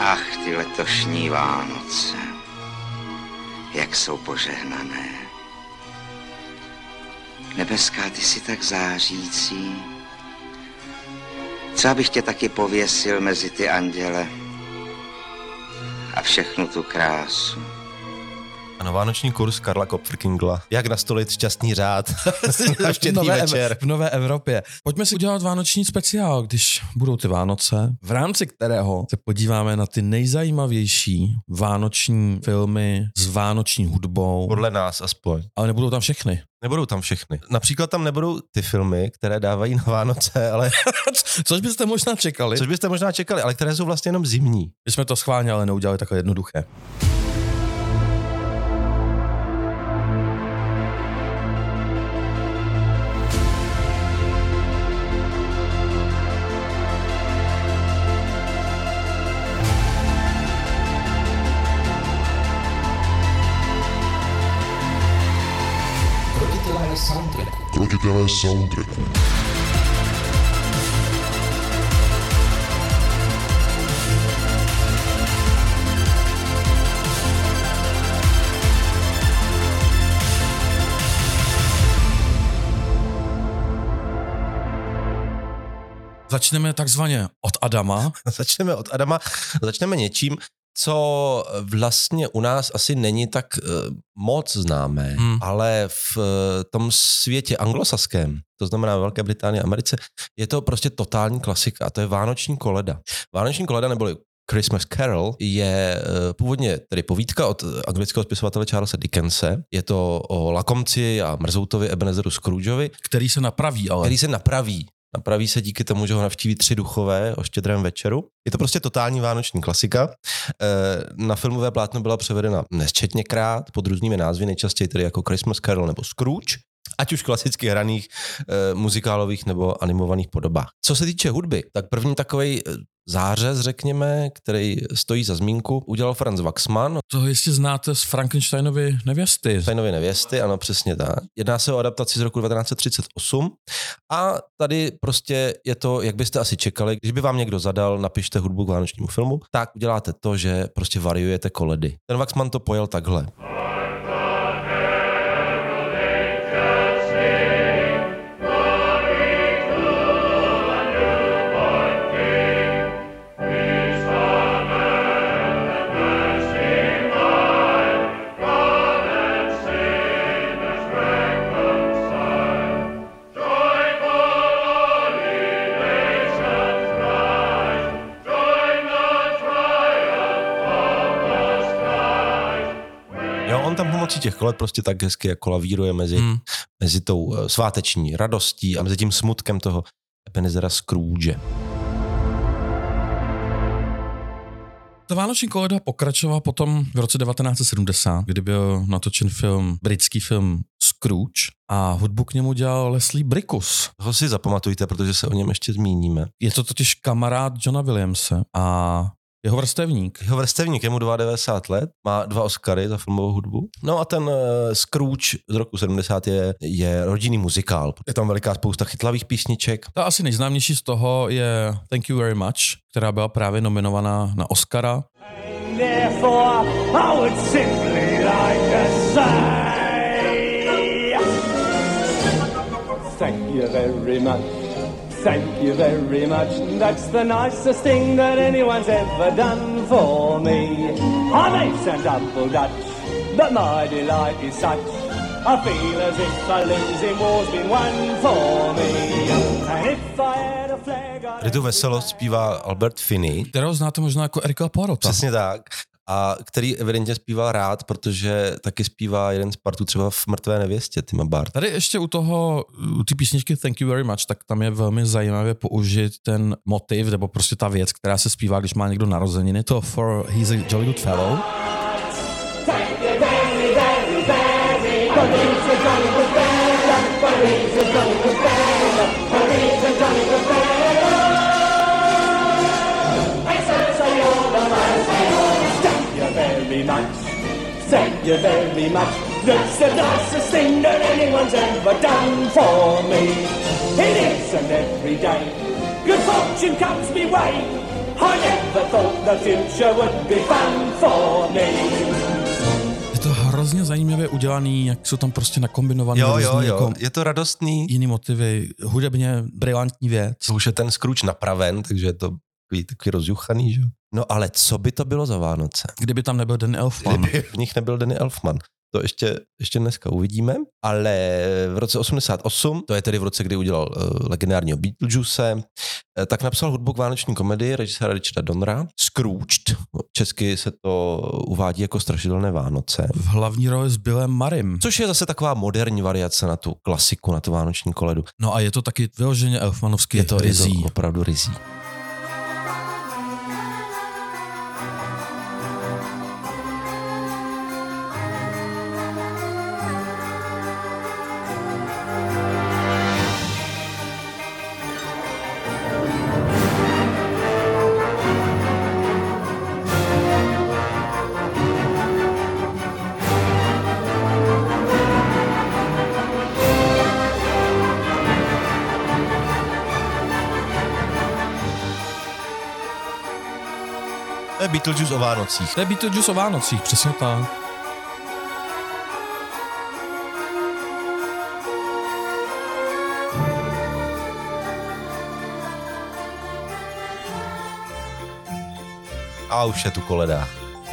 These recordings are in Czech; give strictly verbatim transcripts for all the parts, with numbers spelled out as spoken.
Ach, ty letošní Vánoce, jak jsou požehnané. Nebeská, ty jsi tak zářící. Co abych tě taky pověsil mezi ty anděle a všechnu tu krásu. Ano, vánoční kurz Karla Kopfrkingla. Jak nastolit šťastný řád na štědrý večer. V Nové Evropě. Pojďme si udělat vánoční speciál, když budou ty Vánoce, v rámci kterého se podíváme na ty nejzajímavější vánoční filmy s vánoční hudbou. Podle nás aspoň. Ale nebudou tam všechny. Nebudou tam všechny. Například tam nebudou ty filmy, které dávají na Vánoce, ale... Což byste možná čekali. Což byste možná čekali, ale které jsou vlastně jenom zimní. My jsme to schválně, ale neudělali takové jednoduché. Krotitelé soundtracku. Začneme takzvaně od Adama. Začneme od Adama. Začneme něčím, co vlastně u nás asi není tak uh, moc známé, hmm. ale v uh, tom světě anglosaském, to znamená Velké Británii a Americe, je to prostě totální klasika a to je Vánoční koleda. Vánoční koleda neboli Christmas Carol je uh, původně tedy povídka od anglického spisovatele Charlesa Dickense. Je to o lakomci a mrzoutovi Ebenezeru Scroogeovi. Který se napraví, ale. Který se napraví. Napraví se díky tomu, že ho navštíví tři duchové o štědrém večeru. Je to prostě totální vánoční klasika. Na filmové plátno byla převedena nesčetněkrát pod různými názvy, nejčastěji tedy jako Christmas Carol nebo Scrooge, ať už klasicky hraných muzikálových nebo animovaných podobách. Co se týče hudby, tak první takovej zářez, řekněme, který stojí za zmínku, udělal Franz Waxman. To jistě znáte z Frankensteinovy nevěsty. Frankensteinovy nevěsty, ano, přesně tak. Jedná se o adaptaci z roku devatenáct set třicet osm a tady prostě je to, jak byste asi čekali, když by vám někdo zadal, napište hudbu k vánočnímu filmu, tak uděláte to, že prostě variujete koledy. Ten Waxman to pojel takhle. On tam pomocí těch koled prostě tak hezky jako lavíruje mezi, hmm. mezi tou sváteční radostí a mezi tím smutkem toho Ebenezera Scrooge. Ta vánoční koleda pokračovala potom v roce devatenáct set sedmdesát, kdy byl natočen film, britský film Scrooge a hudbu k němu dělal Leslie Brickus. Toho si zapamatujte, protože se o něm ještě zmíníme. Je to totiž kamarád Johna Williamse a jeho vrstevník. Jeho vrstevník, je mu devadesát dva let, má dva Oscary za filmovou hudbu. No a ten uh, Scrooge z roku sedmdesát je, je rodinný muzikál. Je tam veliká spousta chytlavých písniček. Ta asi nejznámější z toho je Thank You Very Much, která byla právě nominovaná na Oscara. Thank you very much. Thank you very much, that's the nicest thing that anyone's ever done for me. I'm ace and double Dutch, but my delight is such. I feel as if a losing war's been won for me. And if I had a flag... Kdy tu veselost zpívá Albert Finney. Kterého znáte možná jako Erika Poirota. Přesně tak. A který evidentně zpíval rád, protože taky zpívá jeden z partů třeba v Mrtvé nevěstě, Tima Bart. Tady ještě u toho, u té písničky Thank You Very Much, tak tam je velmi zajímavě použit ten motiv, nebo prostě ta věc, která se zpívá, když má někdo narozeniny. To For He's a Jolly Good Fellow. Thank you very, very, very, for he's a jolly good fellow, for he's a jolly good fellow, for he's a jolly good fellow. Very much, thank you very much. That's the nicest thing that anyone's ever done for me. It is, and every day good fortune comes me way. I never never thought the future would be fun for me. Je to hrozně zajímavě udělaný, jak jsou tam prostě nakombinované Jo, jo, různý jo, jako je to radostný. jiný motivy, hudebně brilantní věc. To už je ten Scrooge napraven, takže je to takový, takový rozjuchaný, že? No ale co by to bylo za Vánoce? Kdyby tam nebyl Danny Elfman. Kdyby v nich nebyl Danny Elfman. To ještě, ještě dneska uvidíme, ale v roce osmdesát osm, to je tedy v roce, kdy udělal uh, legendárního Beetlejuice, uh, tak napsal hudbu k vánoční komedii režiséra Richarda Donnera, Scrooged, česky se to uvádí jako Strašidelné Vánoce. V hlavní roli s Billem Murraym. Což je zase taková moderní variace na tu klasiku, na tu vánoční koledu. No a je to taky vyloženě elfmanovský Je to, rizí. je to opravdu rizí. To je Beetlejuice o Vánocích. To je Beetlejuice o Vánocích, přesně tak. A už je tu koleda.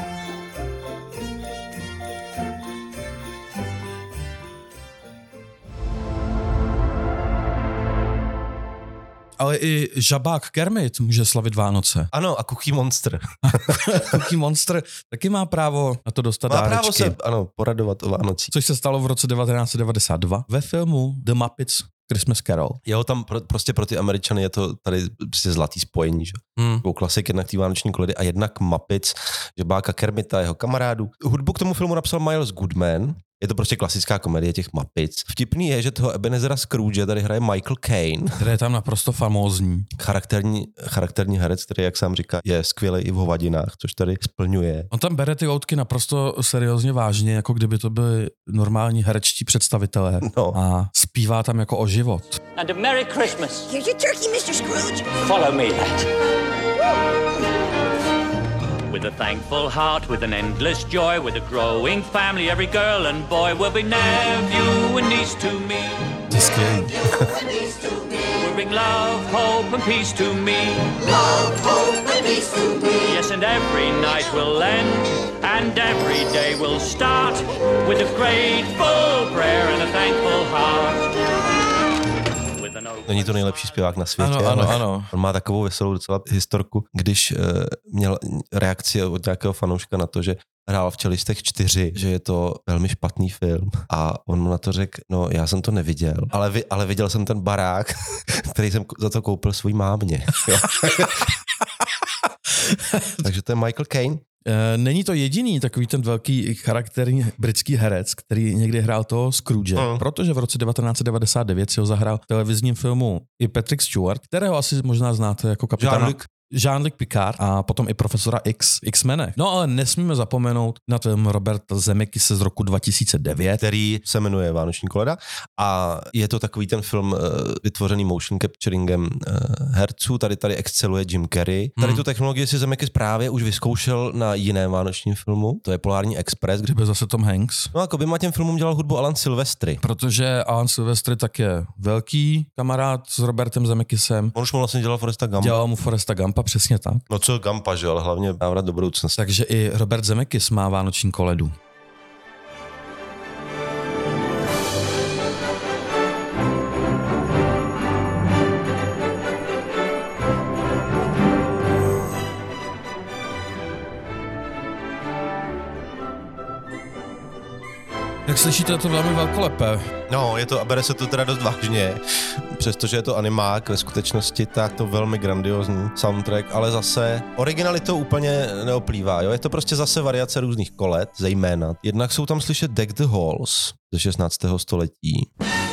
Ale i žabák Kermit může slavit Vánoce. Ano, a Cookie Monster. Cookie Monster taky má právo na to dostat Má dárečky. právo se, ano, poradovat o Vánocích. Což se stalo v roce devatenáct set devadesát dva ve filmu The Muppets Christmas Carol. Jo, tam pro, prostě pro ty Američany je to tady prostě zlatý spojení, že? Hmm. Byl klasik jednak té vánoční koledy a jednak Muppets, žebáka Kermita, jeho kamarádů. Hudbu k tomu filmu napsal Miles Goodman. Je to prostě klasická komedie těch Muppets. Vtipný je, že toho Ebenezera Scrooge tady hraje Michael Caine. Který je tam naprosto famózní. Charakterní, charakterní herec, který, jak sám říká, je skvělý i v hovadinách, což tady splňuje. On tam bere ty loutky naprosto seriózně vážně, jako kdyby to byly normální herečtí představitelé. No. A zpívá tam jako o život. And a Merry Christmas. Here's your turkey, mister Scrooge. Follow me, lad. With a thankful heart, with an endless joy, with a growing family, every girl and boy will be nephew and niece to me. Will bring love, hope and peace to me. Love, hope, and peace to me. Yes, and every night will end, and every day will start with a grateful prayer and a thankful heart. Není to nejlepší zpěvák na světě, Ano, ano, ale ano. On má takovou veselou docela historku, když uh, měl reakci od nějakého fanouška na to, že hrál v Čelistech čtyři, že je to velmi špatný film a on mu na to řekl, no já jsem to neviděl, ale, vi, ale viděl jsem ten barák, který jsem za to koupil svůj mámě. Takže to je Michael Caine. Není to jediný takový ten velký charakterní britský herec, který někdy hrál toho Scrooge, mm. protože v roce devatenáct set devadesát devět si ho zahrál v televizním filmu i Patrick Stewart, kterého asi možná znáte jako kapitána. Jean-Luc. Jean-Luc Picard a potom i profesora X, X-menech. No ale nesmíme zapomenout na film Roberta Zemeckise z roku dva tisíce devět. Který se jmenuje Vánoční koleda a je to takový ten film uh, vytvořený motion capturingem uh, herců. Tady tady exceluje Jim Carrey. Tady Hmm. tu technologii si Zemeckis právě už vyzkoušel na jiném vánočním filmu. To je Polární Express, kde Kde byl zase Tom Hanks. no a k oběma těm filmům dělal hudbu Alan Silvestri. Protože Alan Silvestri tak je velký kamarád s Robertem Zemeckisem. On už mu vlastně dělal Foresta Gumpa. Dělal mu Foresta Gumpa, přesně tak. No co Gumpa, že, ale hlavně návrat do budoucnosti. Takže i Robert Zemeckis má vánoční koledu. Jak slyšíte, je to velmi velkolepé. No, je to, a bere se to teda dost vážně. Přestože je to animák ve skutečnosti, tak to velmi grandiozní soundtrack, ale zase originalitou úplně neoplývá. Jo? Je to prostě zase variace různých kolet, zejména. Jednak jsou tam slyšet Deck the Halls ze šestnáctého století.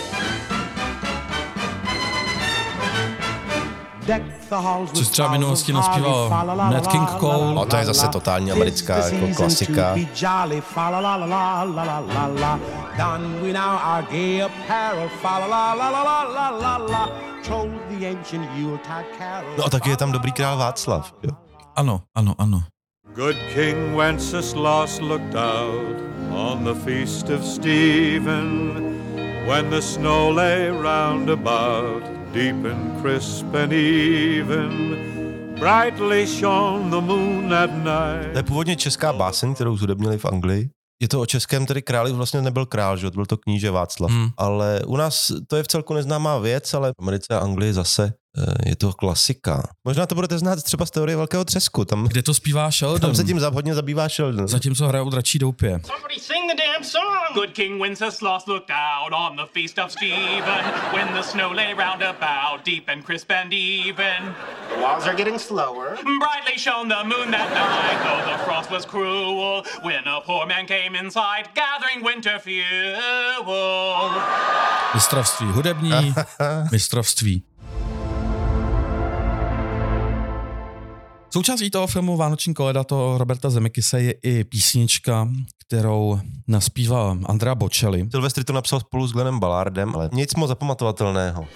Což třeba v minulosti naspíval Nat King Cole. No to je zase totální americká jako klasika. No a taky je tam Dobrý král Václav. Jo? Ano, ano, ano. Good King Wenceslas looked out on the feast of Stephen, when the snow lay round about, deep and crisp and even, brightly shone the moon at night. To je původně česká báseň, kterou zhudebnili v Anglii. Je to o českém tedy králi, vlastně nebyl král, že? Byl to kníže Václav. Hmm. Ale u nás to je v celku neznámá věc, ale v Americe a Anglii zase je to klasika. Možná to budete znát třeba z Teorie velkého třesku. Tam, kde to zpívá Sheldon. Tam se tím hodně zabývá Sheldon. Zatímco hrajou Dračí doupě. Somebody sing the damn song! Good King Wenceslas looked out on the feast of Stephen, when the snow lay round about, deep and crisp and even. The walls are getting slower. Brightly shone the moon that night, though the frost was cruel, when a poor man came inside, gathering winter fuel. Mistrovství hudební, mistrovství. Součástí toho filmu Vánoční koleda toho Roberta Zemeckise je i písnička, kterou naspíval Andrea Bocelli. Sylvester to napsal spolu s Glennem Ballardem, ale nic moc zapamatovatelného.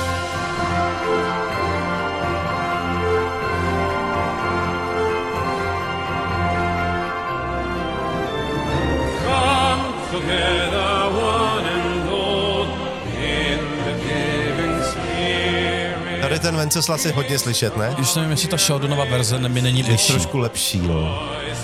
Tady ten Wenceslas je hodně slyšet, ne? Když nevím, jestli ta Sheldonova verze mi není bližší. Je trošku lepší, no.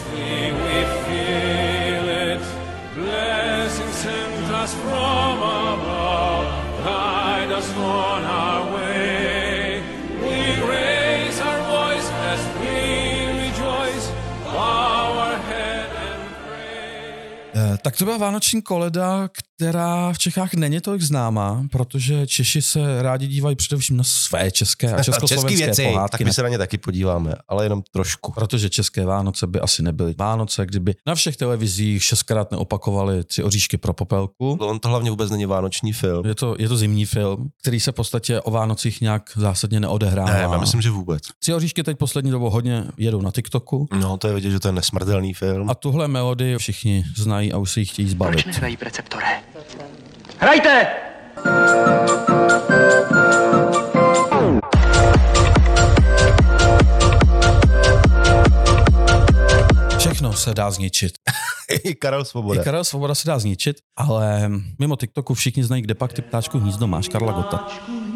Tak to byla Vánoční koleda, která v Čechách není tolik známá, protože Češi se rádi dívají především na své české a československé věci, pohádky. Tak my se na ně taky podíváme, ale jenom trošku. Protože české Vánoce by asi nebyly Vánoce, kdyby na všech televizích šestkrát neopakovali Tři oříšky pro Popelku. On to hlavně vůbec není vánoční film. Je to, je to zimní film, který se v podstatě o Vánocích nějak zásadně neodehrává. Ne, já myslím, že vůbec. Tři oříšky teď poslední dobou hodně jedou na TikToku. No, to je vidět, že to je nesmrtelný film. A tuhle melodii všichni znají a už se jí chtějí zbavit. Proč nehrají preceptore? Hrajte! Všechno se dá zničit. I Karel Svoboda. I Karel Svoboda se dá zničit, ale mimo TikToku všichni znají, kde pak ty ptáčku hnízdo máš, Karla Gotta.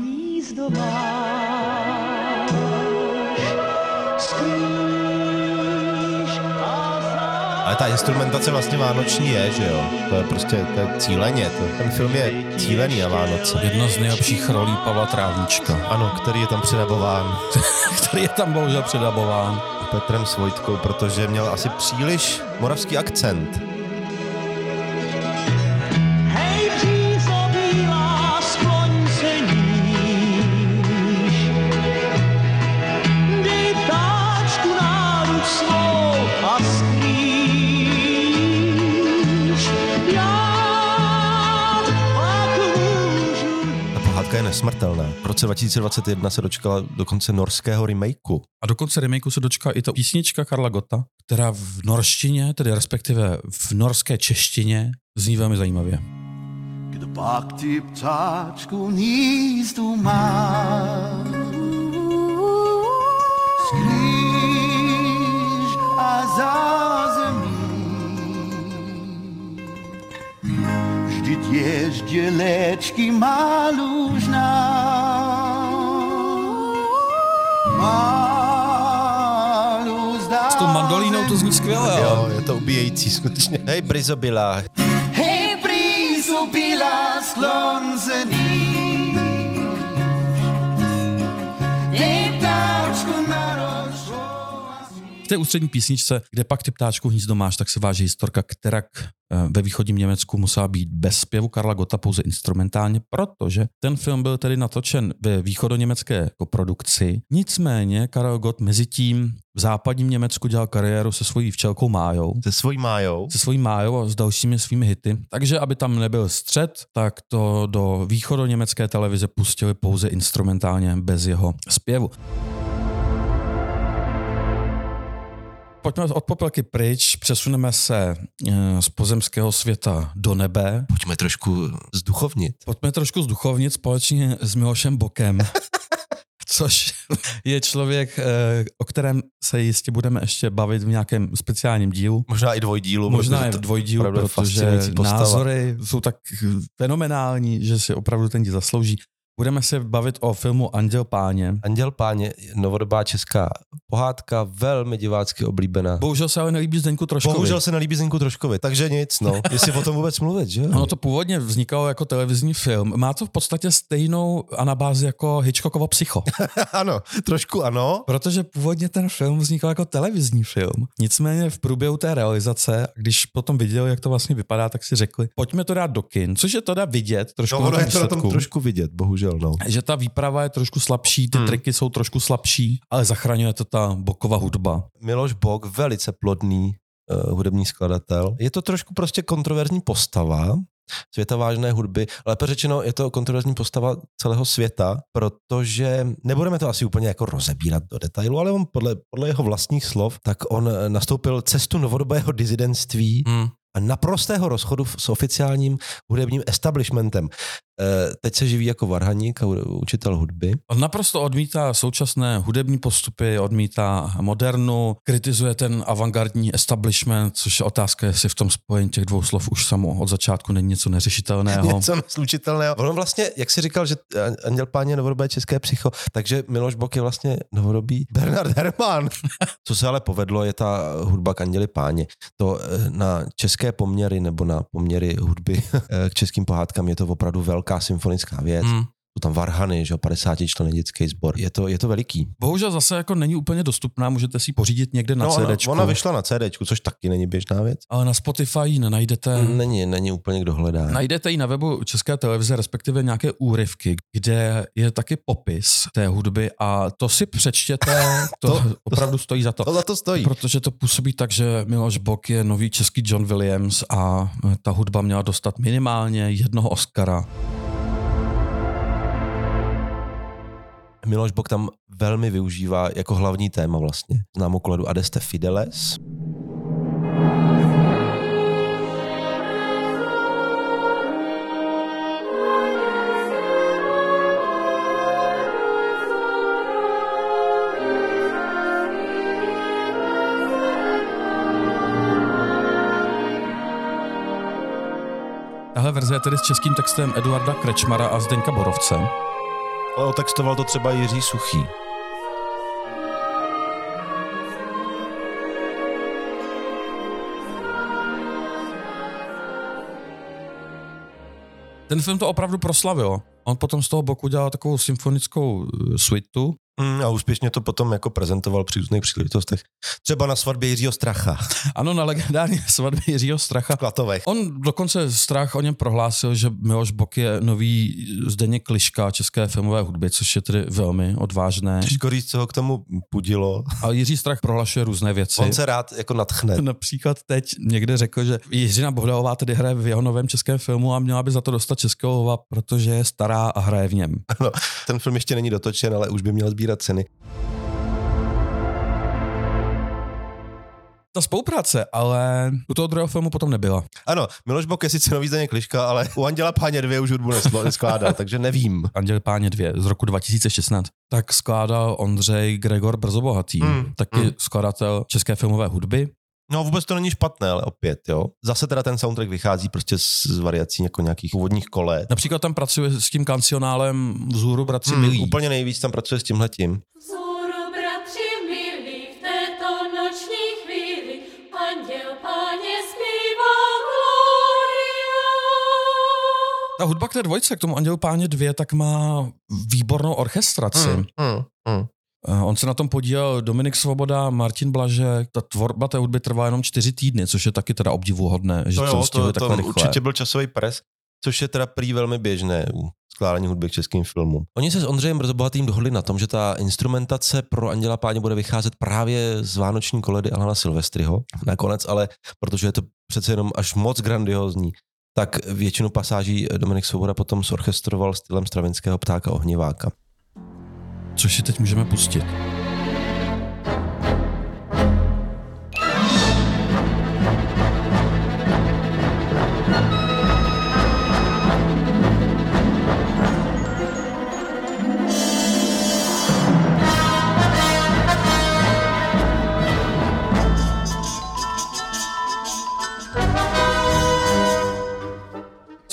Ale ta instrumentace vlastně vánoční je, že jo? To je prostě to je cíleně. To, ten film je cílený na Vánoce. Jedna z nejlepších rolí Pavla Trávníčka. Ano, který je tam předabován. který je tam bohužel předabován. Petrem Svojtkou, protože měl asi příliš moravský akcent. Hej, břízo bílá, skloň se níž. Dej ptáčku náruč svou a sklíž. Já pak můžu. Ta pohádka je nesmrtelná. V roce dva tisíce dvacet jedna se dočkala dokonce norského remakeu. A dokonce remakeu se dočká i to písnička Karla Gotta, která v norštině, tedy respektive v norské češtině, zní velmi zajímavě. Kdo pak ty ptáčku hnízdu má, sklíž a zázemí. Vždyť ježdělečky má lužná, S tou mandolínou to zní skvěle. Jo, je to ubíjející skutečně. Hej, Brizo Bílá. Hej, Brizo Bílá, sklon se níž. Dej ptáčku na rožu. V té ústřední písničce, kde pak ty ptáčku hnízdo máš, tak se váží historka, která ve východním Německu musela být bez zpěvu Karla Gotta pouze instrumentálně, protože ten film byl tedy natočen ve východoněmecké koprodukci. Nicméně Karel Gott mezi tím v západním Německu dělal kariéru se svojí včelkou Májou. Se svojí Májou? Se svojí Májou a s dalšími svými hity. Takže aby tam nebyl střet, tak to do východoněmecké televize pustili pouze instrumentálně bez jeho zpěvu. Pojďme od Popelky pryč, přesuneme se z pozemského světa do nebe. Pojďme trošku zduchovnit. Pojďme trošku zduchovnit společně s Milošem Bokem, což je člověk, o kterém se jistě budeme ještě bavit v nějakém speciálním dílu. Možná i dvojdílu. Možná i v dvojdílu, protože názory jsou tak fenomenální, že si opravdu ten díl zaslouží. Budeme se bavit o filmu Anděl páně. Anděl páně, novodobá česká pohádka, velmi divácky oblíbená. Bohužel se ale nelíbí Zdeňku Troškovi. Bohužel se nelíbí Zdeňku Troškovi, takže nic, no. Jestli o tom vůbec mluvit, že jo? Ono to původně vznikalo jako televizní film. Má to v podstatě stejnou anabázi jako Hitchcockovo Psycho. Ano, trošku ano. Protože původně ten film vznikal jako televizní film. Nicméně v průběhu té realizace, když potom viděli, jak to vlastně vypadá, tak si řekli, pojďme to dát do kin, což je to dá vidět trošku. No, na tom je to na tom výsledku. trošku vidět, bohužel. No. Že ta výprava je trošku slabší, ty hmm. triky jsou trošku slabší, ale zachraňuje to ta Bockova hudba. Miloš Bock, velice plodný uh, hudební skladatel. Je to trošku prostě kontroverzní postava světa vážné hudby, lépe řečeno je to kontroverzní postava celého světa, protože nebudeme to asi úplně jako rozebírat do detailu, ale on podle, podle jeho vlastních slov, tak on nastoupil cestu novodobého disidentství hmm. a naprostého rozchodu s oficiálním hudebním establishmentem. Teď se živí jako varhaník a učitel hudby. On naprosto odmítá současné hudební postupy, odmítá modernu, kritizuje ten avantgardní establishment, což je otázka, jestli v tom spojení těch dvou slov už samo od začátku není něco neřešitelného. Něco neslučitelného. On vlastně, jak jsi říkal, že Anděl páně je novodobé české psycho, takže Miloš Bock je vlastně novodobý Bernard Herrmann. Co se ale povedlo, je ta hudba k Anděli páně. To na české poměry nebo na poměry hudby k českým pohádkám je to opravdu velká symfonická věc. Hmm. Jsou tam varhany, že padesátičlenný dětský sbor. Je to, je to veliký. Bohužel zase jako není úplně dostupná, můžete si ji pořídit někde na no, CDčku. Ona, ona vyšla na CDčku, což taky není běžná věc. Ale na Spotify ji nenajdete. Není, není úplně kdo hledá. Najdete ji na webu České televize, respektive nějaké úryvky, kde je taky popis té hudby a to si přečtěte, to, to opravdu stojí za to. To za to stojí. Protože to působí tak, že Miloš Bock je nový český John Williams a ta hudba měla dostat minimálně jednoho Oscara. Miloš Bock tam velmi využívá jako hlavní téma vlastně známou koladu Adeste Fideles. Tahle verze je tedy s českým textem Eduarda Krečmara a Zdeňka Borovce. Ale otextoval to třeba Jiří Suchý. Ten film to opravdu proslavil. On potom z toho Bocku dělal takovou symfonickou suitu. Mm, a úspěšně to potom jako prezentoval při různých příležitostech. Třeba na svatbě Jiřího Stracha. Ano, na legendární svatbě Jiřího Stracha. V Klatovech. On dokonce Strach o něm prohlásil, že Miloš Bock je nový Zdeněk Liška české filmové hudby, což je tedy velmi odvážné. Těžko říct, co ho k tomu pudilo. A Jiří Strach prohlašuje různé věci. On se rád jako nadchne. Například teď někde řekl, že Jiřina Bohdalová tedy hraje v jeho novém českém filmu a měla by za to dostat českého lva, protože je stará a hraje v něm. No, ten film ještě není dotočen, ale už by měl sbírat ceny. Ta spolupráce, ale u toho druhého filmu potom nebyla. Ano, Miloš Bock je sice nový Zdeněk Liška, ale u Anděla páně dvě už hudbu neskládal, takže nevím. Anděl páně dvě z roku dva tisíce šestnáct. Tak skládal Ondřej Gregor Brzobohatý, mm, taky mm. skladatel české filmové hudby. No vůbec to není špatné, ale opět, jo. Zase teda ten soundtrack vychází prostě z, z variací jako nějakých úvodních kolet. Například tam pracuje s tím kancionálem Vzhůru bratři hmm, milí. Úplně nejvíc tam pracuje s tímhletím. Vzhůru bratři milí, v této noční chvíli Anděl páně zpívá Gloria. Ta hudba k té dvojce, k tomu Andělu páně dvě, tak má výbornou orchestraci. Hmm, hmm, hmm. On se na tom podílel Dominik Svoboda, Martin Blažek. Ta tvorba té hudby trvá jenom čtyři týdny, což je taky teda obdivuhodné, že to, to jo, stihli to, takhle to rychle. Určitě byl časový pres, což je teda prý velmi běžné u skládání hudby k českým filmům. Oni se s Ondřejem Brzobohatým dohodli na tom, že ta instrumentace pro Anděla páně bude vycházet právě z vánoční koledy Alana Silvestryho. Nakonec ale, protože je to přece jenom až moc grandiózní, tak většinu pasáží Dominik Svoboda potom zorchestroval stylem Stravinského Ptáka ohniváka. Což si teď můžeme pustit.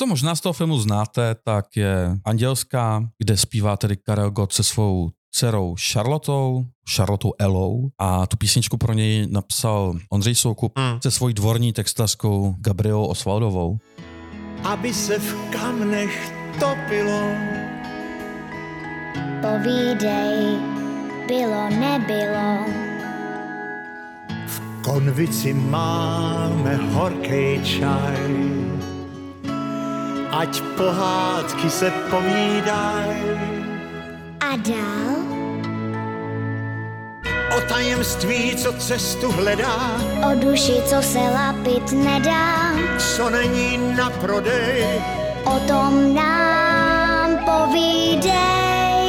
co možná z toho filmu znáte, tak je Andělská, kde zpívá tedy Karel Gott se svou dcerou Charlotou, Charlotou Elou a tu písničku pro něj napsal Ondřej Soukup mm. se svojí dvorní textařkou Gabrielou Osvaldovou. Aby se v kamnech topilo. Povídej, bylo, nebylo. V konvici máme horký čaj. Ať pohádky se povídaj. A dál? O tajemství, co cestu hledá. O duši, co se lapit nedá. Co není na prodej. O tom nám povídej.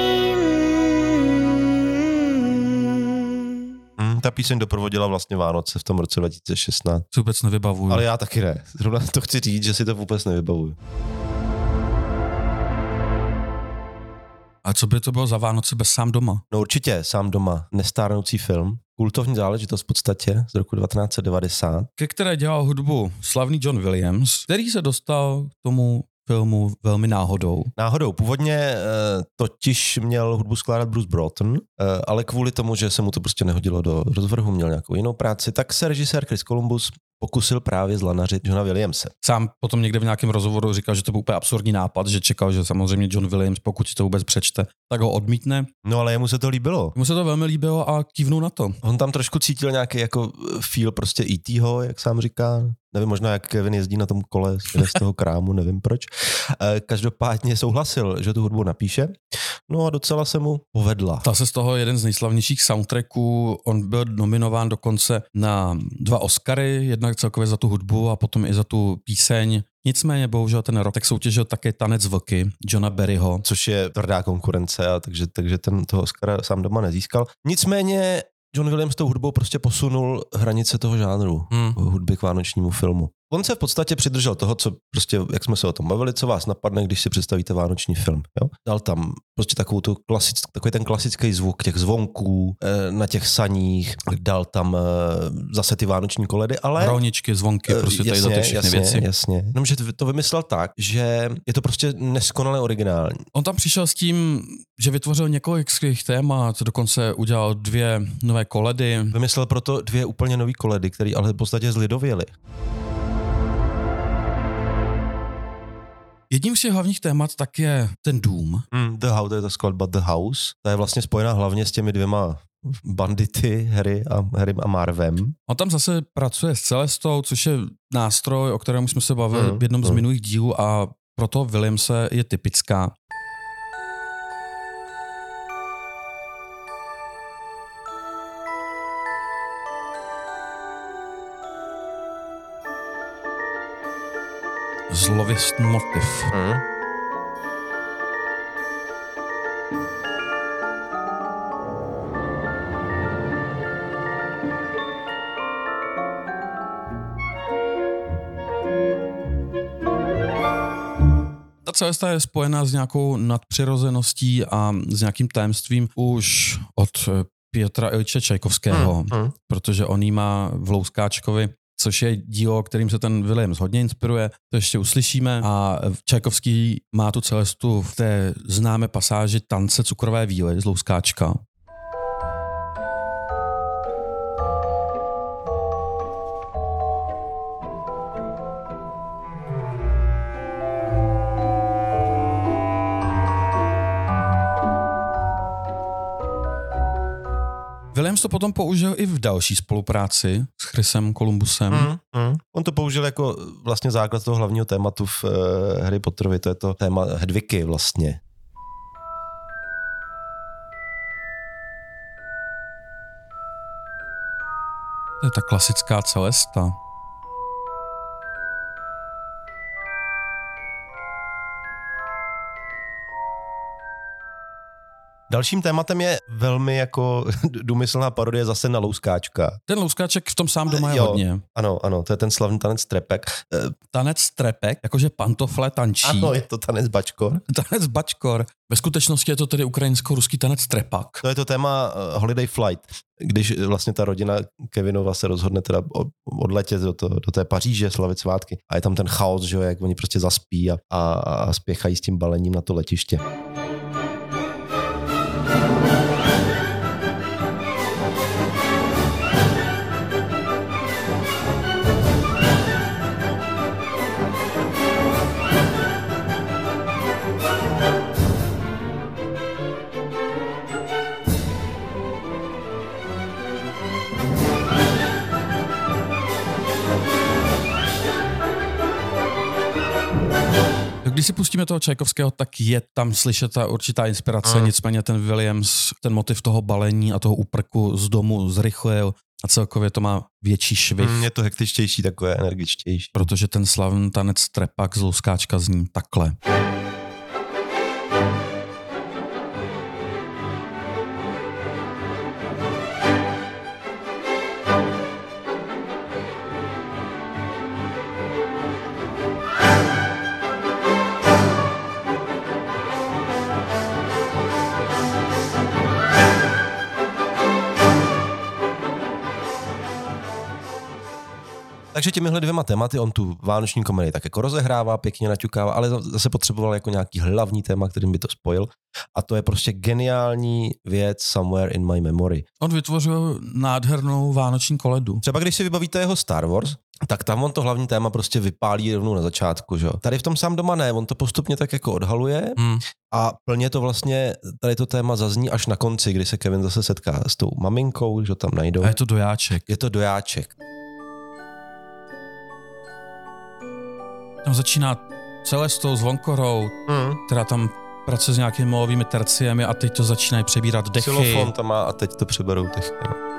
Mm, ta píseň doprovodila vlastně Vánoce v tom roce dva tisíce šestnáct. Si vůbec nevybavuju. Ale já taky ne. Zrovna to chci říct, že si to vůbec nevybavuju. A co by to bylo za Vánoce bez Sám doma? No určitě, Sám doma. Nestárnoucí film. Kultovní záležitost v podstatě z roku devatenáct set devadesát. Ke které dělal hudbu slavný John Williams, který se dostal k tomu filmu velmi náhodou. Náhodou. Původně e, totiž měl hudbu skládat Bruce Broughton, e, ale kvůli tomu, že se mu to prostě nehodilo do rozvrhu, měl nějakou jinou práci, tak se režisér Chris Columbus pokusil právě zlanařit Johna Williamse. Sám potom někde v nějakém rozhovoru říkal, že to byl úplně absurdní nápad, že čekal, že samozřejmě John Williams, pokud si to vůbec přečte, tak ho odmítne. No ale jemu se to líbilo. Mu se to velmi líbilo a kývnul na to. On tam trošku cítil nějaký jako feel prostě E T ho, jak sám říká. Nevím, možná jak Kevin jezdí na tom kole z toho krámu, nevím proč. Každopádně souhlasil, že tu hudbu napíše. No a docela se mu povedla. Stal se z toho jeden z nejslavnějších soundtracků. On byl nominován dokonce na dva Oscary, jednak celkově za tu hudbu a potom i za tu píseň. Nicméně bohužel ten rok tak soutěžil také Tanec vlky Johna Barryho. Což je tvrdá konkurence, a takže, takže ten toho Oscara Sám doma nezískal. Nicméně John Williams tou hudbou prostě posunul hranice toho žánru hmm. hudby k vánočnímu filmu. On se v podstatě přidržel toho, co prostě, jak jsme se o tom bavili, co vás napadne, když si představíte vánoční film. Jo? Dal tam prostě takovou tu klasic, takový ten klasický zvuk těch zvonků e, na těch saních, dal tam e, zase ty vánoční koledy, ale... Hroničky, zvonky, prostě tady jasně, do ty všechny jasně, věci. Jasně, jenomže to vymyslel tak, že je to prostě neskonale originální. On tam přišel s tím, že vytvořil několik skvělých témat, dokonce udělal dvě nové koledy. Vymyslel proto dvě úplně nové koledy, které ale v podstatě zlidověly. Jedním z těch hlavních témat tak je ten dům. Mm, the House, to je ta skladba The House. Ta je vlastně spojená hlavně s těmi dvěma bandity, Harry a, Harry a Marvem. On tam zase pracuje s Celestou, což je nástroj, o kterém jsme se bavili mm, v jednom mm. z minulých dílů a proto Williamse je typická. Zlověstný motiv. Mm. Ta celesta je spojená s nějakou nadpřirozeností a s nějakým tajemstvím už od Pětra Ilče Čajkovského, mm. Mm. protože on jí má v Louskáčkovi, což je dílo, kterým se ten Williams hodně inspiruje, to ještě uslyšíme a Čajkovský má tu celestu v té známé pasáži Tance cukrové víly z Louskáčka. Williams to potom použil i v další spolupráci s Chrisem Columbusem. Mm, mm. On to použil jako vlastně základ toho hlavního tématu v uh, Harry Potterovi, to je to téma Hedviky vlastně. To je ta klasická celesta. Dalším tématem je velmi jako důmyslná parodie zase na Louskáčka. Ten Louskáček v tom sám doma je jo, hodně. Ano, ano, to je ten slavný tanec trepek. Tanec trepek, jakože pantofle tančí. Ano, je to tanec bačkor. Tanec bačkor. Ve skutečnosti je to tedy ukrajinsko-ruský tanec trepak. To je to téma uh, Holiday Flight, když vlastně ta rodina Kevinova se rozhodne teda odletět do, to, do té Paříže, slavit svátky. A je tam ten chaos, že jo, jak oni prostě zaspí a, a, a spěchají s tím balením na to letiště. Když si pustíme toho Čajkovského, tak je tam slyšet ta určitá inspirace, mm. nicméně ten Williams, ten motiv toho balení a toho úprku z domu zrychlil a celkově to má větší švih. Mm, je to hektičtější, takové energičtější. Protože ten slavný tanec trepak z Louskáčka zní takhle. Takže těmihle dvěma tématy on tu vánoční komedii tak jako rozehrává, pěkně naťukává, ale zase potřeboval jako nějaký hlavní téma, kterým by to spojil. A to je prostě geniální věc Somewhere in my memory. On vytvořil nádhernou vánoční koledu. Třeba když si vybavíte jeho Star Wars, tak tam on to hlavní téma prostě vypálí rovnou na začátku, že? Tady v tom Sám doma ne, on to postupně tak jako odhaluje hmm. a plně to vlastně, tady to téma zazní až na konci, kdy se Kevin zase setká s tou maminkou, že ho tam najdou. A je to dojáček. Je to dojáček. Tam začíná celé s tou zvonkorou, mm. která tam pracuje s nějakými molovými terciemi a teď to začínají přebírat dechy. Xylofon tam má a teď to přeberou dechy.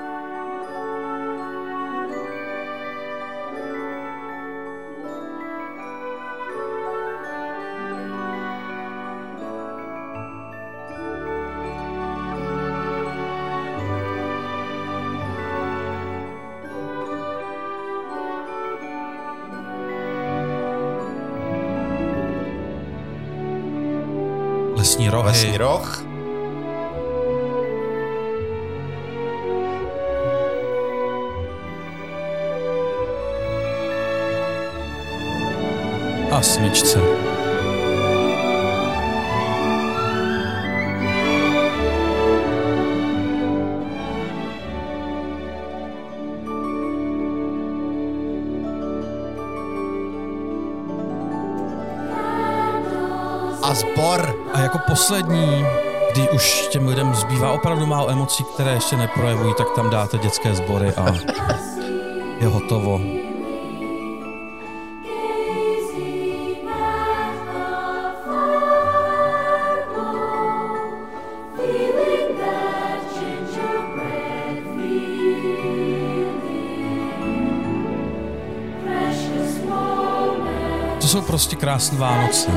Lesní rohy. Lesní roh. A smyčce. A sbor. A jako poslední, když už těm lidem zbývá opravdu málo emocí, které ještě neprojevují, tak tam dáte dětské sbory a je hotovo. To jsou prostě krásné Vánoce.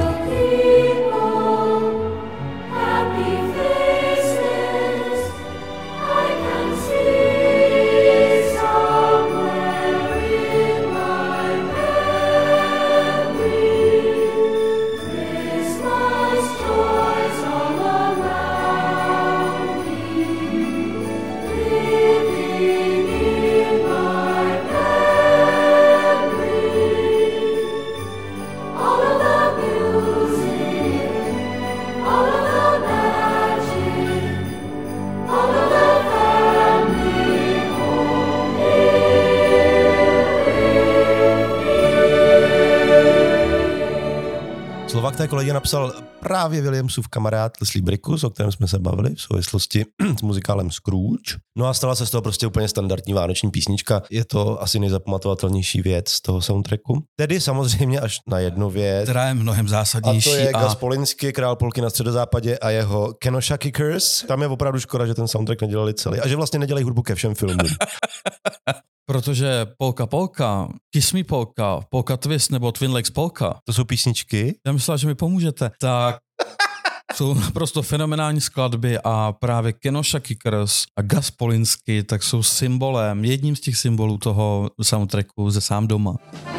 Slova k té kolegě napsal právě Williamsův kamarád Leslie Brickus, o kterém jsme se bavili v souvislosti s muzikálem Scrooge. No a stala se z toho prostě úplně standardní vánoční písnička. Je to asi nejzapamatovatelnější věc z toho soundtracku. Tedy samozřejmě až na jednu věc. Která je mnohem zásadnější. A to je a... Gus Polinski, král polky na středozápadě a jeho Kenosha Kickers. Tam je opravdu škoda, že ten soundtrack nedělali celý a že vlastně nedělají hudbu ke všem filmům. Protože Polka Polka, Kiss Me Polka, Polka Twist nebo Twin Lakes Polka. To jsou písničky. Já myslela, že mi pomůžete. Tak Jsou naprosto fenomenální skladby a právě Kenosha Kickers a Gus Polinski tak jsou symbolem, jedním z těch symbolů toho soundtracku ze Sám doma.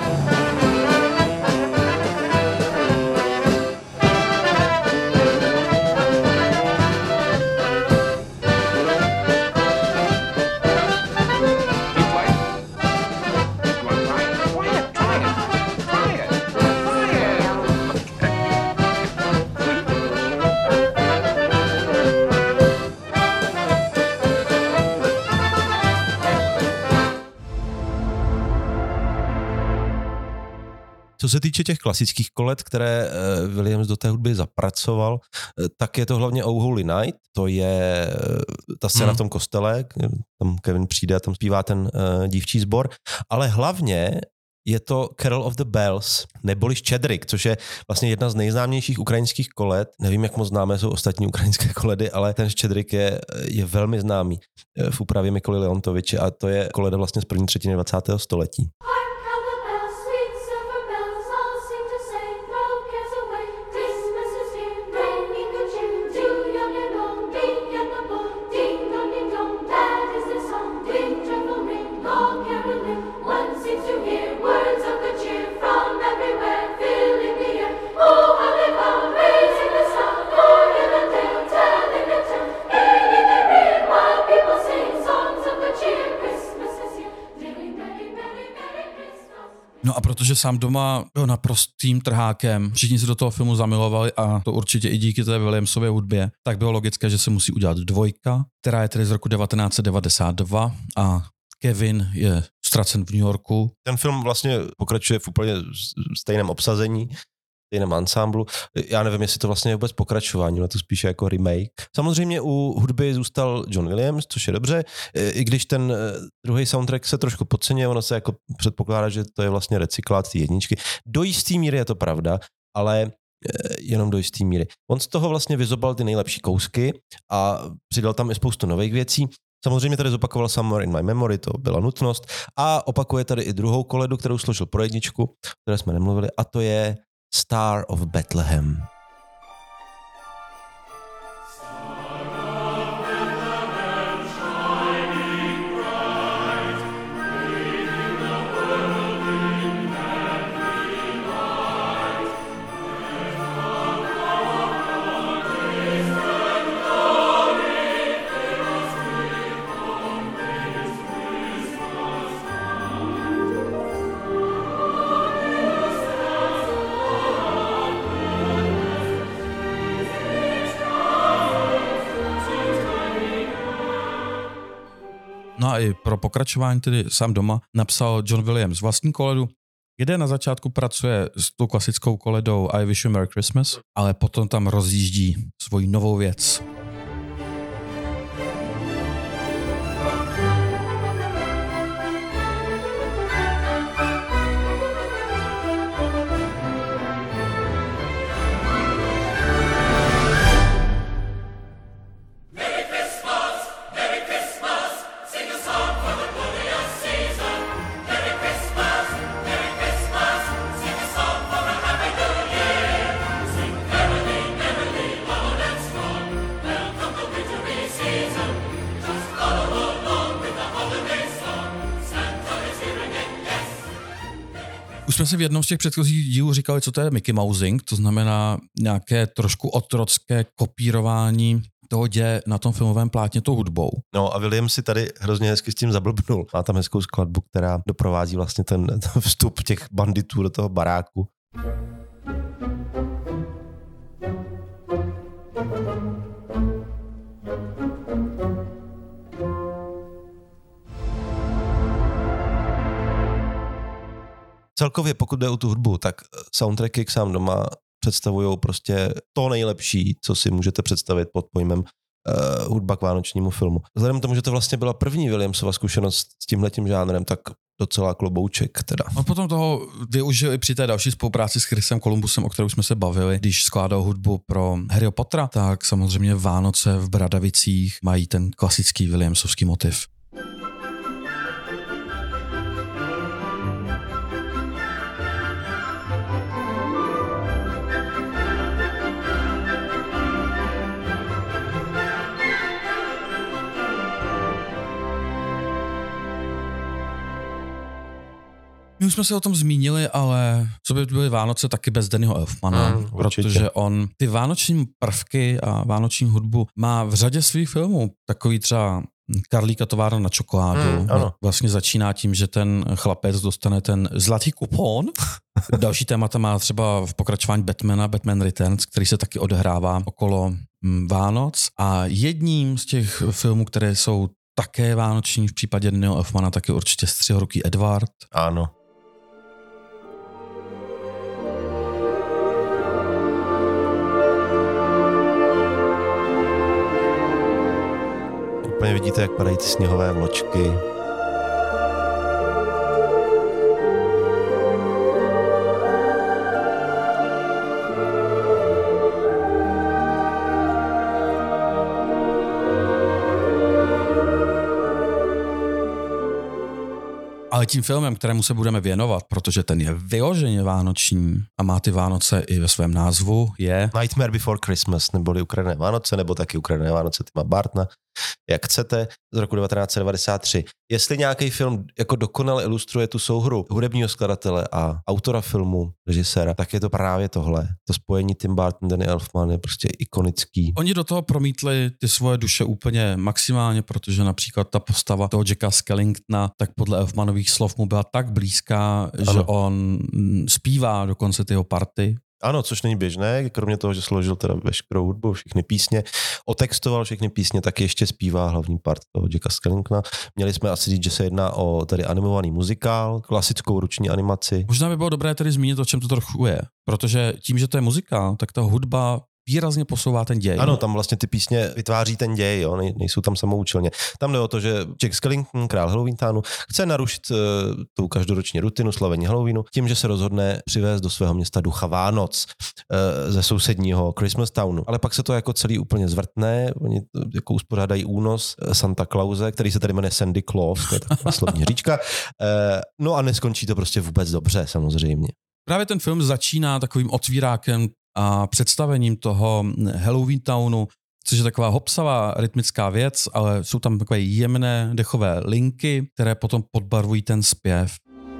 Co se týče těch klasických kolet, které Williams do té hudby zapracoval, tak je to hlavně Oh Holy Night, to je ta scéna hmm. v tom kostele, tam Kevin přijde a tam zpívá ten uh, dívčí sbor, ale hlavně je to Carol of the Bells, neboli Štědryk, což je vlastně jedna z nejznámějších ukrajinských kolet. Nevím, jak moc známé jsou ostatní ukrajinské koledy, ale ten Štědryk je, je velmi známý v úpravě Mikoly Leontoviče a to je koleda vlastně z první třetiny dvacátého století. No a protože Sám doma byl naprostým trhákem, všichni se do toho filmu zamilovali a to určitě i díky té Williamsově hudbě, tak bylo logické, že se musí udělat dvojka, která je tedy z roku devatenáct set devadesát dva a Kevin je ztracen v New Yorku. Ten film vlastně pokračuje v úplně stejném obsazení, stejném ansámblu. Já nevím, jestli to vlastně je vůbec pokračování, ale to spíše jako remake. Samozřejmě u hudby zůstal John Williams, což je dobře, i když ten druhý soundtrack se trošku podceňuje, ono se jako předpokládá, že to je vlastně recyklát té jedničky. Do jistý míry je to pravda, ale jenom do jistý míry. On z toho vlastně vyzobal ty nejlepší kousky a přidal tam i spoustu nových věcí. Samozřejmě tady zopakoval Somewhere in My Memory, to byla nutnost, a opakuje tady i druhou koledu, kterou složil pro jedničku, o které jsme nemluvili, a to je Star of Bethlehem. No a i pro pokračování tedy Sám doma napsal John Williams vlastní koledu, kde na začátku pracuje s tou klasickou koledou I Wish You Merry Christmas, ale potom tam rozjíždí svoji novou věc. Už jsme si v jednom z těch předchozích dílů říkali, co to je Mickey Mousing, to znamená nějaké trošku otrocké kopírování toho děje na tom filmovém plátně tou hudbou. No a William si tady hrozně hezky s tím zablbnul. Má tam hezkou skladbu, která doprovází vlastně ten, ten vstup těch banditů do toho baráku. Celkově, pokud jde o tu hudbu, tak soundtracky k Sám doma představují prostě to nejlepší, co si můžete představit pod pojmem uh, hudba k vánočnímu filmu. Vzhledem k tomu, že to vlastně byla první Williamsova zkušenost s tímhletím žánrem, tak docela klobouček teda. On potom toho využil i při té další spolupráci s Chrisem Columbusem, o kterou jsme se bavili, když skládal hudbu pro Harryho Pottera, tak samozřejmě Vánoce v Bradavicích mají ten klasický Williamsovský motiv. My už jsme se o tom zmínili, ale co by byly Vánoce taky bez Dannyho Elfmana, mm, protože on ty vánoční prvky a vánoční hudbu má v řadě svých filmů. Takový třeba Karlíka továrna na čokoládu. Mm, ano. Vlastně začíná tím, že ten chlapec dostane ten zlatý kupon. Další témata má třeba v pokračování Batmana, Batman Returns, který se taky odehrává okolo Vánoc. A jedním z těch filmů, které jsou také vánoční v případě Dannyho Elfmana, taky určitě Střihoruký Edward. Ano. Úplně vidíte, jak padají ty sněhové vločky. Ale tím filmem, kterému se budeme věnovat, protože ten je vyloženě vánoční a má ty Vánoce i ve svém názvu, je Nightmare Before Christmas, neboli Ukradené Vánoce, nebo taky Ukradené Vánoce Tima Burtona, jak chcete, z roku devatenáct set devadesát tři. Jestli nějaký film jako dokonale ilustruje tu souhru hudebního skladatele a autora filmu, režiséra, tak je to právě tohle. To spojení Tim Burton, Danny Elfman je prostě ikonický. Oni do toho promítli ty svoje duše úplně maximálně, protože například ta postava toho Jacka Skellingtona, tak podle Elfmanových slov mu byla tak blízká, ano. že on zpívá dokonce ty jeho party. Ano, což není běžné, kromě toho, že složil teda veškerou hudbu, všechny písně, otextoval všechny písně, tak ještě zpívá hlavní part toho Jacka Skellingtona. Měli jsme asi říct, že se jedná o tady animovaný muzikál, klasickou ruční animaci. Možná by bylo dobré tedy zmínit, o čem to trochu je, protože tím, že to je muzikál, tak ta hudba výrazně posouvá ten děj. Ano, tam vlastně ty písně vytváří ten děj, jo, Nej, nejsou tam samoučelně. Tam jde o to, že Jack Skellington, král Halloween Townu, chce narušit uh, tu každoroční rutinu slavení Halloweenu tím, že se rozhodne přivést do svého města ducha Vánoc uh, ze sousedního Christmas Townu. Ale pak se to jako celý úplně zvrtne, oni jako uspořádají únos Santa Clause, který se tady jmenuje Sandy Claus, to je taková slovní hříčka. Uh, no a neskončí to prostě vůbec dobře, samozřejmě. Právě ten film začíná takovým otvírákem a představením toho Halloween Townu, což je taková hopsavá rytmická věc, ale jsou tam takové jemné dechové linky, které potom podbarvují ten zpěv.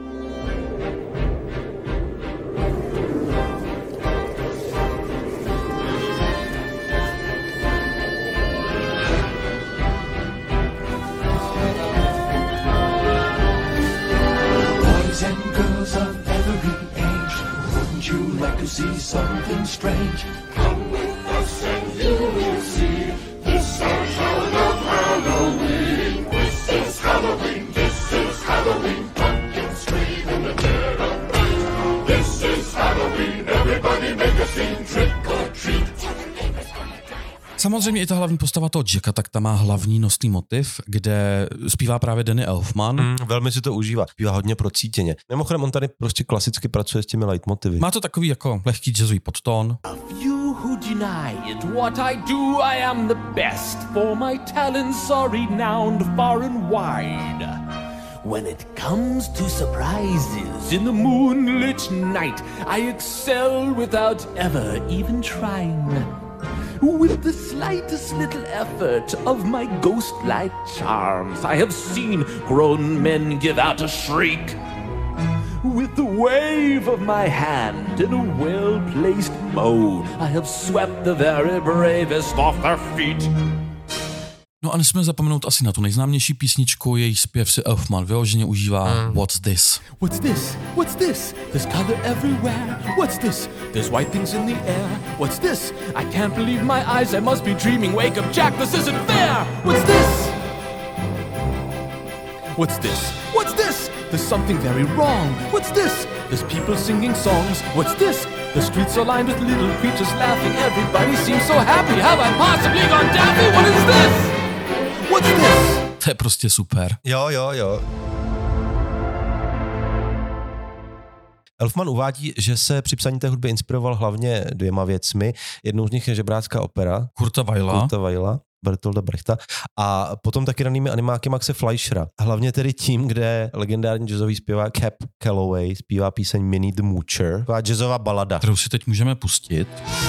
Boys and girls of every age, wouldn't you like to see something strange? Come with us and you will see. This our town of Halloween. This is Halloween. This is Halloween. Pumpkins scream in the dead of night. This is Halloween. Everybody make a scene. Trick or treat. Samozřejmě i ta hlavní postava toho Jacka, tak ta má hlavní nosný motiv, kde zpívá právě Danny Elfman. Mm, velmi si to užívá, zpívá hodně procítěně. Mimochodem on tady prostě klasicky pracuje s těmi leitmotivy. Má to takový jako lehký jazzový podtón. You who deny it, what I do, I am the best, for my talents are renowned far and wide. When it comes to surprises in the moonlit night, I excel without ever even trying. With the slightest little effort of my ghost-like charms, I have seen grown men give out a shriek. With the wave of my hand in a well-placed moan, I have swept the very bravest off their feet. No a nesmíme zapomenout asi na tu nejznámější písničku, její zpěv si Elfman vyloženě užívá. Mm. What's this? What's this? What's this? There's color everywhere. What's this? There's white things in the air. What's this? I can't believe my eyes. I must be dreaming. Wake up, Jack. This isn't fair. What's this? What's this? What's this? There's something very wrong. What's this? There's people singing songs. What's this? The streets are lined with little creatures laughing. Everybody seems so happy. Have I possibly gone daffy? What is this? What's this? To je prostě super. Jo, jo, jo. Elfman uvádí, že se při psaní té hudby inspiroval hlavně dvěma věcmi. Jednou z nich je žebrácká opera. Kurta Weila. Kurta Weila. Bertolda Brechta a potom taky ranými animáky Maxe Fleischera. Hlavně tedy tím, kde legendární jazzový zpěvák Cap Calloway zpívá píseň Minnie the Moocher. Taková jazzová balada. Kterou si teď můžeme pustit.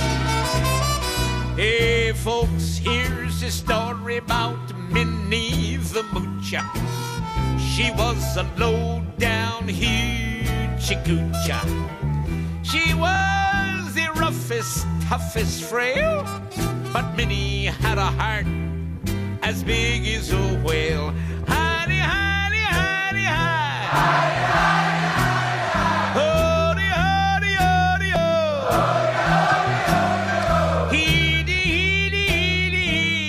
Hey folks, here's a story about Minnie the Moocher. She was a low down hillbilly. hoochie coocha. She was the roughest, toughest frail, but Minnie had a heart as big as a whale. Hidey, hidey, hidey, hide. Hidey, hidey, hidey, hide. Hody, hody, hody, ho. Hody, hody, hody, ho. Heedy, heedy, heedy,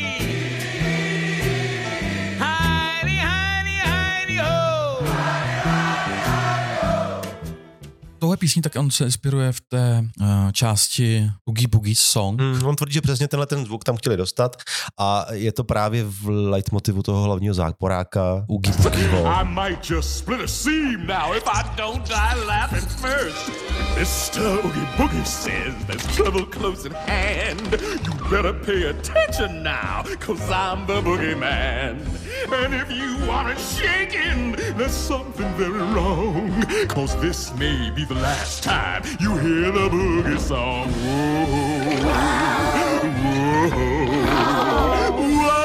hee. Hidey, hidey, hidey, ho. Hidey, hidey, hidey, ho. Tohle písní tak on se inspiruje v té uh, části Oogie Boogie Song. Mm, on tvrdí, že přesně tenhle ten zvuk tam chtěli dostat a je to právě v leitmotivu toho hlavního záporáka Oogie Boogieho. I might just split a seam now if I don't die laughing first. Mister Oogie Boogie says there's trouble close at hand. You better pay attention now, cause I'm the boogeyman. And if you aren't shaking, there's something very wrong, cause this may be the last time you hear the boogie song. Whoa, whoa, whoa.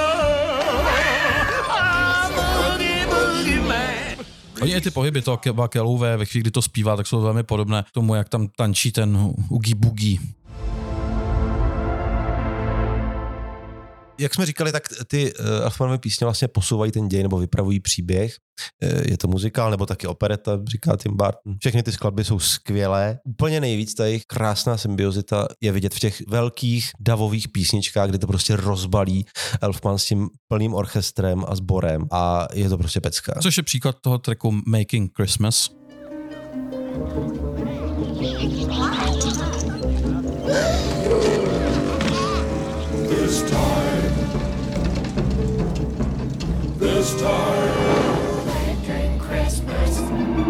I'm a boogie, boogie man. Oni i ty pohyby toho Keba Kelouve ve chvíli, kdy to zpívá, tak jsou velmi podobné tomu, jak tam tančí ten Oogie Boogie. Jak jsme říkali, tak ty uh, Elfmanové písně vlastně posouvají ten děj nebo vypravují příběh. Uh, je to muzikál nebo taky opereta, říká Tim Burton. Všechny ty skladby jsou skvělé. Úplně nejvíc ta jejich krásná symbiozita je vidět v těch velkých davových písničkách, kdy to prostě rozbalí Elfman s tím plným orchestrem a sborem a je to prostě pecka. Což je příklad toho tracku Making Christmas. This time, this time, making Christmas.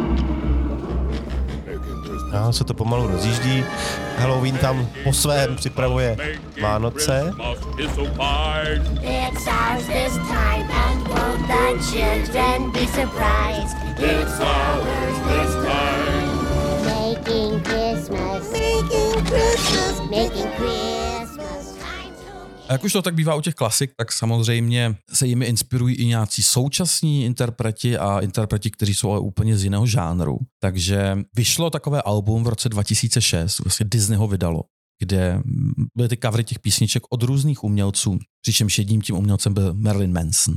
No, se to pomalu rozjíždí. Halloween tam po svém připravuje Vánoce. It's ours this time, and won't the children be surprised? It's ours this time. Making Christmas, making Christmas, making Christmas. A jak už to tak bývá u těch klasik, tak samozřejmě se jimi inspirují i nějací současní interpreti a interpreti, kteří jsou ale úplně z jiného žánru. Takže vyšlo takové album v roce dva tisíce šest, vlastně Disney ho vydalo, kde byly ty covery těch písniček od různých umělců, přičemž jedním tím umělcem byl Marilyn Manson.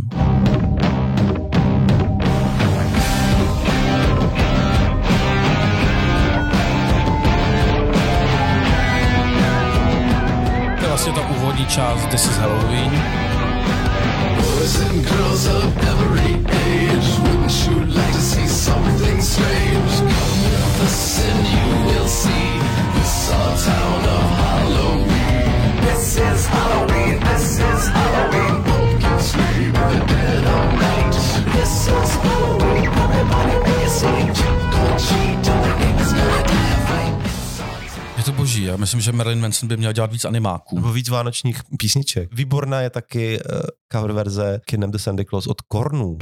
Vlastně ta úvodní část This is Halloween. Boys and girls of every age, wouldn't you like to see something strange? Come with us and you will see this our town of Halloween. This is Halloween, this is Halloween. Pumpkin tree with the dead of night. This is Halloween, everybody make a scene. Trick or treat, till the neighbors gonna die of fright. Je to boží, já myslím, že Marilyn Manson by měl dělat víc animáků. Nebo víc vánočních písniček. Výborná je taky uh, cover verze Kidnap the Santa Claus od Kornů.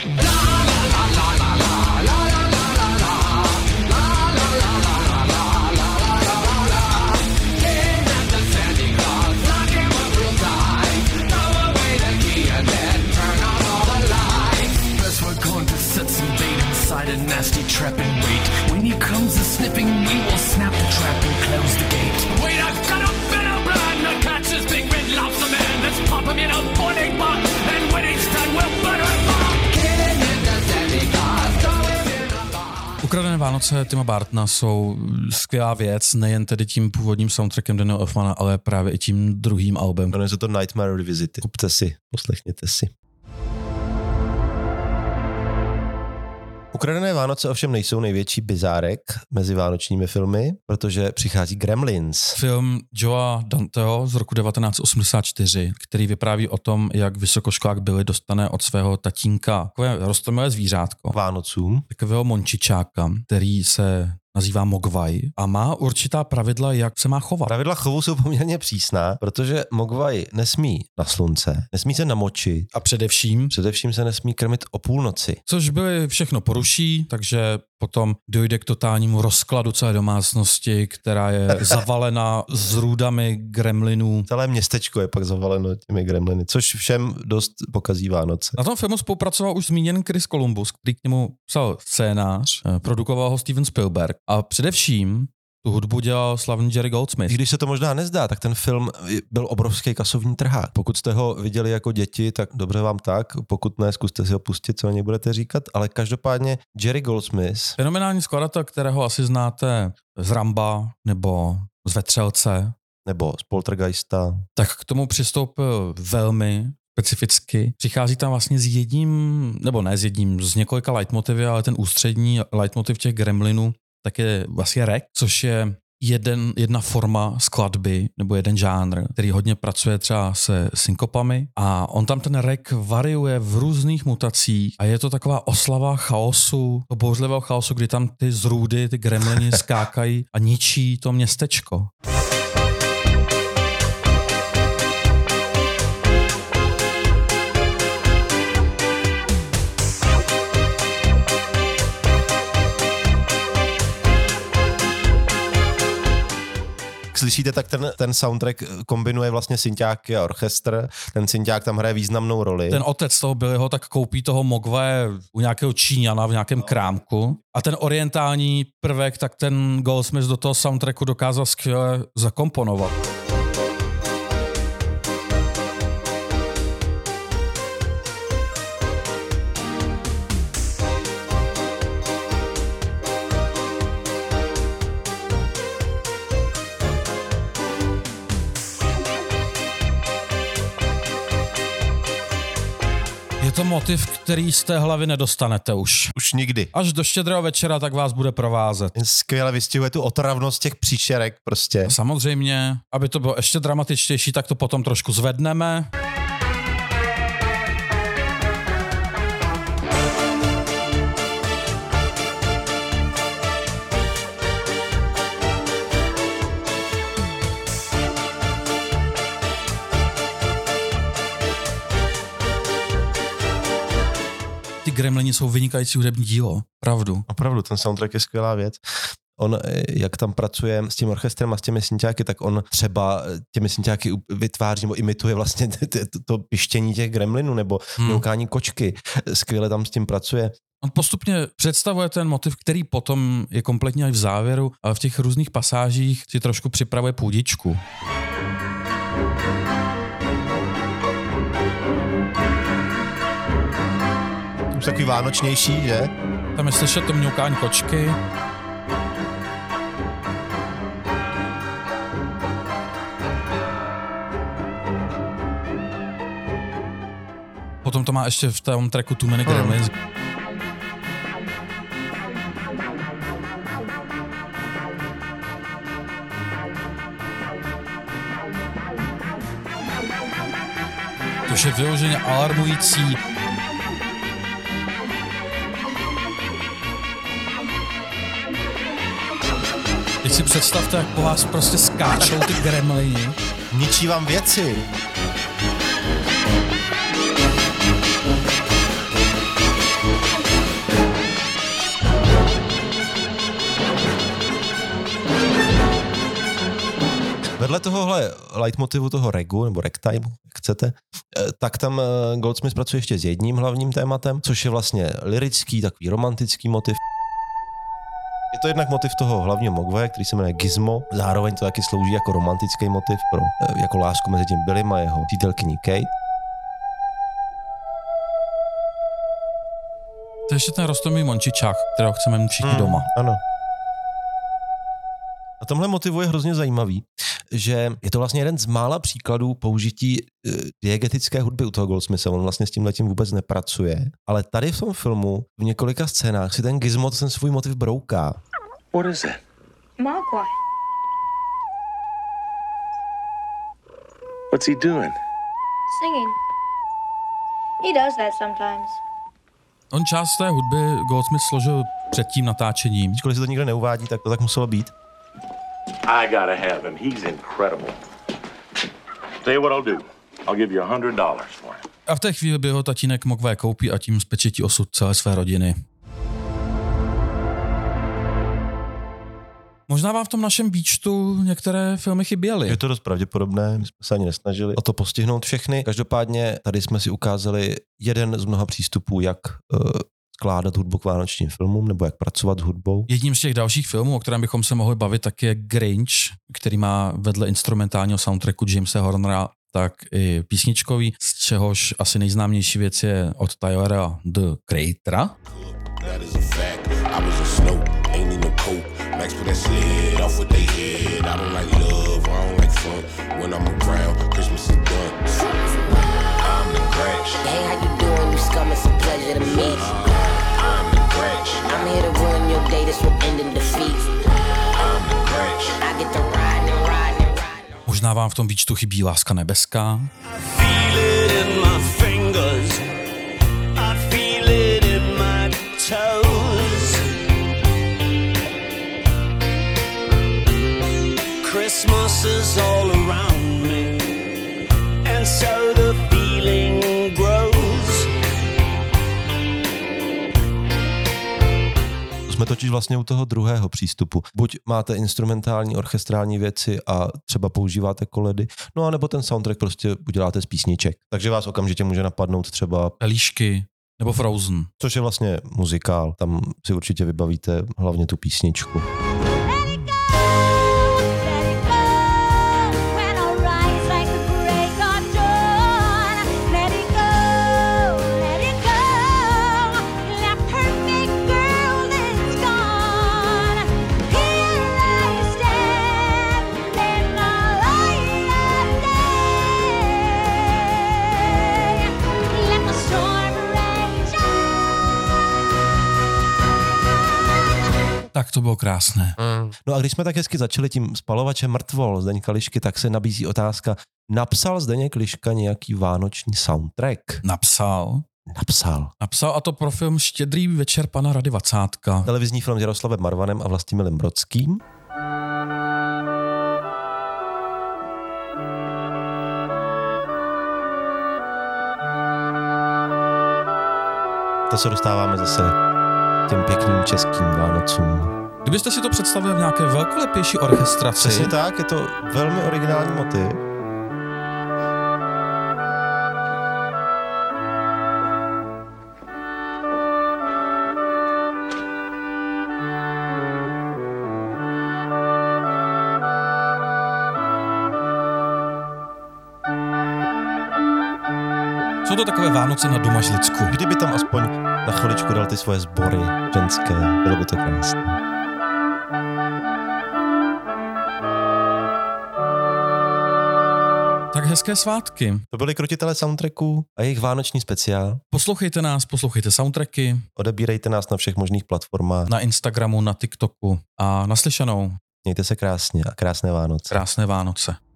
Ukradené Vánoce Tima Burtona jsou skvělá věc, nejen tedy tím původním soundtrackem Dannyho Elfmana, ale právě i tím druhým albem. Jmenuje se to Nightmare Revisited. Kupte si, poslechněte si. Ukradené Vánoce ovšem nejsou největší bizárek mezi vánočními filmy, protože přichází Gremlins. Film Joea Danteho z roku devatenáct osmdesát čtyři, který vypráví o tom, jak vysokoškolák Billy dostane od svého tatínka takové roztomilé zvířátko. Vánocům. Takového mončičáka, který se nazývá Mogwai a má určitá pravidla, jak se má chovat. Pravidla chovu jsou poměrně přísná, protože Mogwai nesmí na slunce, nesmí se namočit a především především se nesmí krmit o půlnoci. Což byly všechno poruší, takže Potom dojde k totálnímu rozkladu celé domácnosti, která je zavalena zrůdami gremlinů. Celé městečko je pak zavaleno těmi gremliny, což všem dost pokazí Vánoce. Na tom filmu spolupracoval už zmíněný Chris Columbus, který k němu psal scénář, produkoval ho Steven Spielberg a především tu hudbu dělal slavný Jerry Goldsmith. I když se to možná nezdá, tak ten film byl obrovský kasovní trhák. Pokud jste ho viděli jako děti, tak dobře vám tak. Pokud ne, zkuste si ho pustit, co o něj budete říkat. Ale každopádně Jerry Goldsmith. Fenomenální skladatel, kterého asi znáte z Ramba nebo z Vetřelce. Nebo z Poltergeista. Tak k tomu přistoupil velmi specificky. Přichází tam vlastně s jedním, nebo ne s jedním, z několika leitmotivy, ale ten ústřední leitmotiv těch gremlinů tak je vlastně rap, což je jeden, jedna forma skladby nebo jeden žánr, který hodně pracuje třeba se synkopami a on tam ten rap variuje v různých mutacích a je to taková oslava chaosu, to bouřlivého chaosu, kdy tam ty zrůdy, ty gremlini skákají a ničí to městečko. Slyšíte, tak ten, ten soundtrack kombinuje vlastně synťáky a orchestr. Ten synťák tam hraje významnou roli. Ten otec toho Billyho tak koupí toho Mogwai u nějakého Číňana v nějakém krámku. A ten orientální prvek, tak ten Goldsmith do toho soundtracku dokázal skvěle zakomponovat. Je to motiv, který z té hlavy nedostanete už. Už nikdy. Až do Štědrého večera tak vás bude provázet. Skvěle vystihuje tu otravnost těch příšerek prostě. Samozřejmě, aby to bylo ještě dramatičtější, tak to potom trošku zvedneme. Gremlini jsou vynikající hudební dílo, pravdu. Opravdu, ten soundtrack je skvělá věc. On, jak tam pracuje s tím orchestrem a s těmi synťáky, tak on třeba těmi synťáky vytváří nebo imituje vlastně to pištění těch gremlinů nebo mňoukání hmm. kočky. Skvěle tam s tím pracuje. On postupně představuje ten motiv, který potom je kompletně až v závěru, ale v těch různých pasážích si trošku připravuje půdičku. Už takový vánočnější, že? Tam je slyšet to mňoukání kočky. Potom to má ještě v tom tracku Too Many Gremlins. Hmm. To je vyloženě alarmující. Teď si představte, jak po vás prostě skáčou ty gremlini. Ničí vám věci. Vedle tohohle leitmotivu, toho regu, nebo ragtime, jak chcete, tak tam Goldsmith pracuje ještě s jedním hlavním tématem, což je vlastně lyrický, takový romantický motiv. Je to jednak motiv toho hlavního Mogwaje, který se jmenuje Gizmo, zároveň to taky slouží jako romantický motiv pro jako lásku mezi tím Billym a jeho přítelkyní Kate. To je ještě ten rostomý mončičák, kterého chceme mít všichni hmm, doma. Ano. Na tomhle motivu je hrozně zajímavý, že je to vlastně jeden z mála příkladů použití uh, diegetické hudby u toho Goldsmitha. On vlastně s tímhletím vůbec nepracuje. Ale tady v tom filmu v několika scénách si ten Gizmo ten svůj motiv brouká. What is it? Mogwai. What's he doing? Singing. He does that sometimes. On část té hudby Goldsmith složil před tím natáčením. Když se to nikdo neuvádí, tak to tak muselo být. I gotta have him. He's incredible. Tell you what I'll do. I'll give you a hundred dollars for him. A v té chvíli by ho tatínek Mogwai koupí a tím zpečetí osud celé své rodiny. Možná vám v tom našem výčtu některé filmy chyběly. Je to dost pravděpodobné, my jsme se ani nesnažili o to postihnout všechny. Každopádně tady jsme si ukázali jeden z mnoha přístupů, jak uh, skládat hudbu k vánočním filmům, nebo jak pracovat s hudbou. Jedním z těch dalších filmů, o kterém bychom se mohli bavit, tak je Grinch, který má vedle instrumentálního soundtracku Jamesa Hornera tak i písničkový, z čehož asi nejznámější věc je od Tylera The Creatora. Možná vám v tom výčtu chybí Láska nebeská. Christmas is all around me, and so the feeling grows. Jsme totiž vlastně u toho druhého přístupu. Buď máte instrumentální, orchestrální věci a třeba používáte koledy, no a nebo ten soundtrack prostě uděláte z písniček. Takže vás okamžitě může napadnout třeba Pelíšky nebo Frozen. Což je vlastně muzikál. Tam si určitě vybavíte hlavně tu písničku. Tak to bylo krásné. Mm. No a když jsme tak hezky začali tím spalovačem mrtvol Zdeňka Lišky, tak se nabízí otázka, napsal Zdeněk Liška nějaký vánoční soundtrack? Napsal. Napsal. Napsal a to pro film Štědrý večer pana Rady Vacátka. Televizní film s Jaroslavem Marvanem a Vlastimilem Brodským. To se dostáváme zase těm pěkným českým Vánocům. Kdybyste si to představili v nějaké velkolepější orchestraci. Přesně tak, je to velmi originální motiv. Jsou to takové Vánoce na Domažlicku. Kdyby tam aspoň na chviličku dal ty svoje sbory ženské, bylo by to krásné. Tak hezké svátky. To byli Krotitelé soundtracků a jejich vánoční speciál. Poslouchejte nás, poslouchejte soundtracky. Odebírejte nás na všech možných platformách. Na Instagramu, na TikToku a naslyšenou. Mějte se krásně a krásné Vánoce. Krásné Vánoce.